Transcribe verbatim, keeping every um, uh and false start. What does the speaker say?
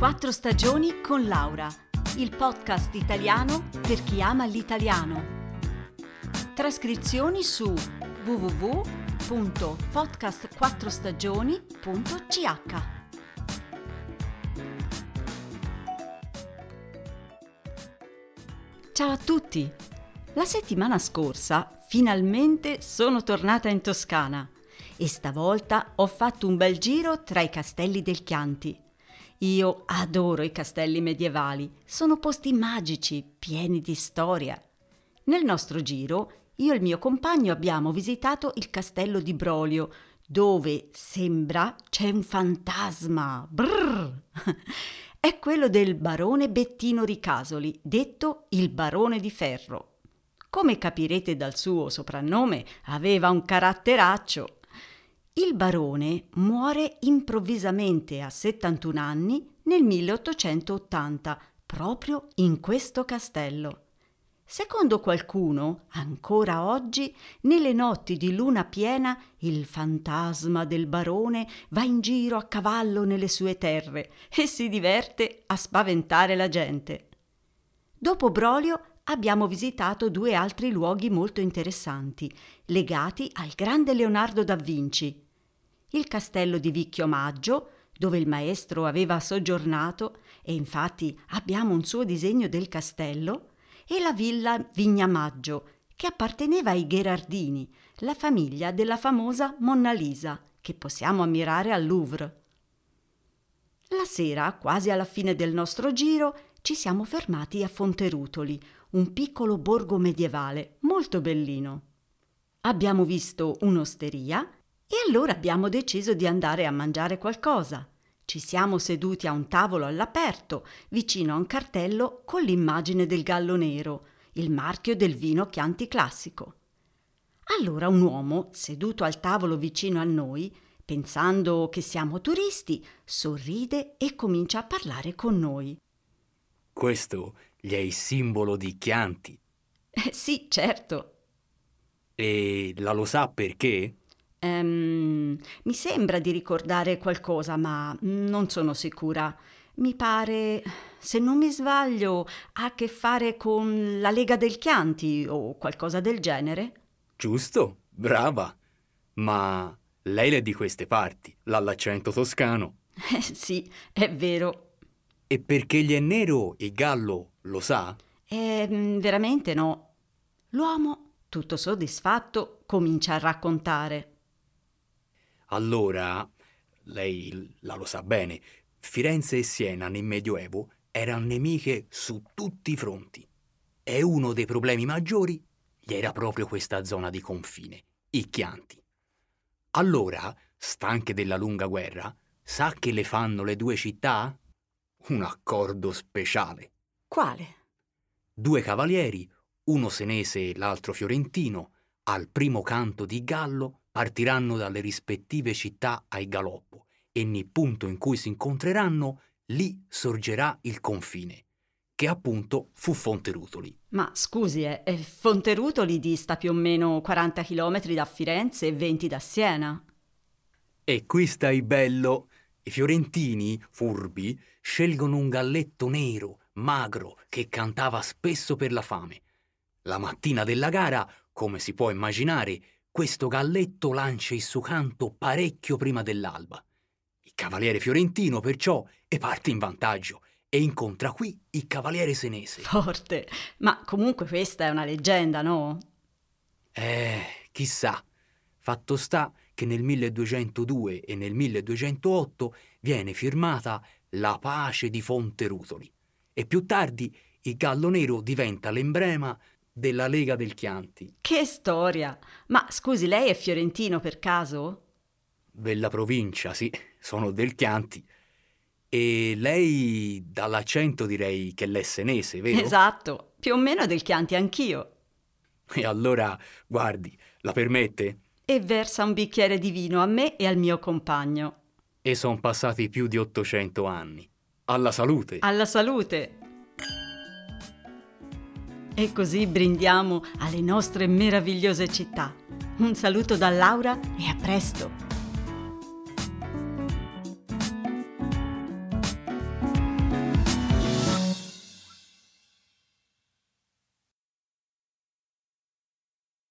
Quattro stagioni con Laura, il podcast italiano per chi ama l'italiano. Trascrizioni su w w w punto podcast quattro stagioni punto c h. Ciao a tutti! La settimana scorsa finalmente sono tornata in Toscana e stavolta ho fatto un bel giro tra i castelli del Chianti. Io adoro i castelli medievali, sono posti magici, pieni di storia. Nel nostro giro, io e il mio compagno abbiamo visitato il castello di Brolio, dove sembra c'è un fantasma. Brrr! È quello del barone Bettino Ricasoli, detto il barone di ferro. Come capirete dal suo soprannome, aveva un caratteraccio. Il barone muore improvvisamente a settantuno anni nel milleottocentottanta, proprio in questo castello. Secondo qualcuno, ancora oggi, nelle notti di luna piena, il fantasma del barone va in giro a cavallo nelle sue terre e si diverte a spaventare la gente. Dopo Brolio abbiamo visitato due altri luoghi molto interessanti, legati al grande Leonardo da Vinci. Il castello di Vicchio Maggio, dove il maestro aveva soggiornato, e infatti abbiamo un suo disegno del castello, e la villa Vignamaggio, che apparteneva ai Gherardini, la famiglia della famosa Monna Lisa, che possiamo ammirare al Louvre. La sera, quasi alla fine del nostro giro, ci siamo fermati a Fonterutoli, un piccolo borgo medievale molto bellino. Abbiamo visto un'osteria e allora abbiamo deciso di andare a mangiare qualcosa. Ci siamo seduti a un tavolo all'aperto, vicino a un cartello con l'immagine del gallo nero, il marchio del vino Chianti classico. Allora un uomo, seduto al tavolo vicino a noi, pensando che siamo turisti, sorride e comincia a parlare con noi. Questo gli è il simbolo di Chianti. Eh, sì, certo. E la lo sa perché? Um, mi sembra di ricordare qualcosa, ma non sono sicura. Mi pare, se non mi sbaglio, ha a che fare con la Lega del Chianti o qualcosa del genere. Giusto, brava. Ma lei è di queste parti, l'ha l'accento toscano. Eh, sì, è vero. E perché gli è nero il gallo, lo sa? Eh, veramente no. L'uomo, tutto soddisfatto, comincia a raccontare. Allora, lei la lo sa bene, Firenze e Siena nel Medioevo erano nemiche su tutti i fronti. E uno dei problemi maggiori gli era proprio questa zona di confine, i Chianti. Allora, stanche della lunga guerra, sa che le fanno le due città? Un accordo speciale. Quale? Due cavalieri, uno senese e l'altro fiorentino, al primo canto di gallo partiranno dalle rispettive città ai galoppo e nel punto in cui si incontreranno lì sorgerà il confine, che appunto fu Fonterutoli. Ma scusi, eh, Fonterutoli dista più o meno quaranta chilometri da Firenze e venti da Siena. E qui stai bello. I fiorentini, furbi, scelgono un galletto nero, magro, che cantava spesso per la fame. La mattina della gara, come si può immaginare, questo galletto lancia il suo canto parecchio prima dell'alba. Il cavaliere fiorentino, perciò, e parte in vantaggio e incontra qui il cavaliere senese. Forte, ma comunque questa è una leggenda, no? Eh, chissà. Fatto sta che nel milleduecentodue e nel milleduecentootto viene firmata la pace di Fonterutoli e più tardi il gallo nero diventa l'emblema della Lega del Chianti. Che storia! Ma scusi, lei è fiorentino per caso? Della provincia, sì, sono del Chianti. E lei, dall'accento direi che l'è senese, vero? Esatto, più o meno del Chianti anch'io. E allora, guardi, la permette? E versa un bicchiere di vino a me e al mio compagno. E son passati più di ottocento anni. Alla salute! Alla salute! E così brindiamo alle nostre meravigliose città. Un saluto da Laura e a presto!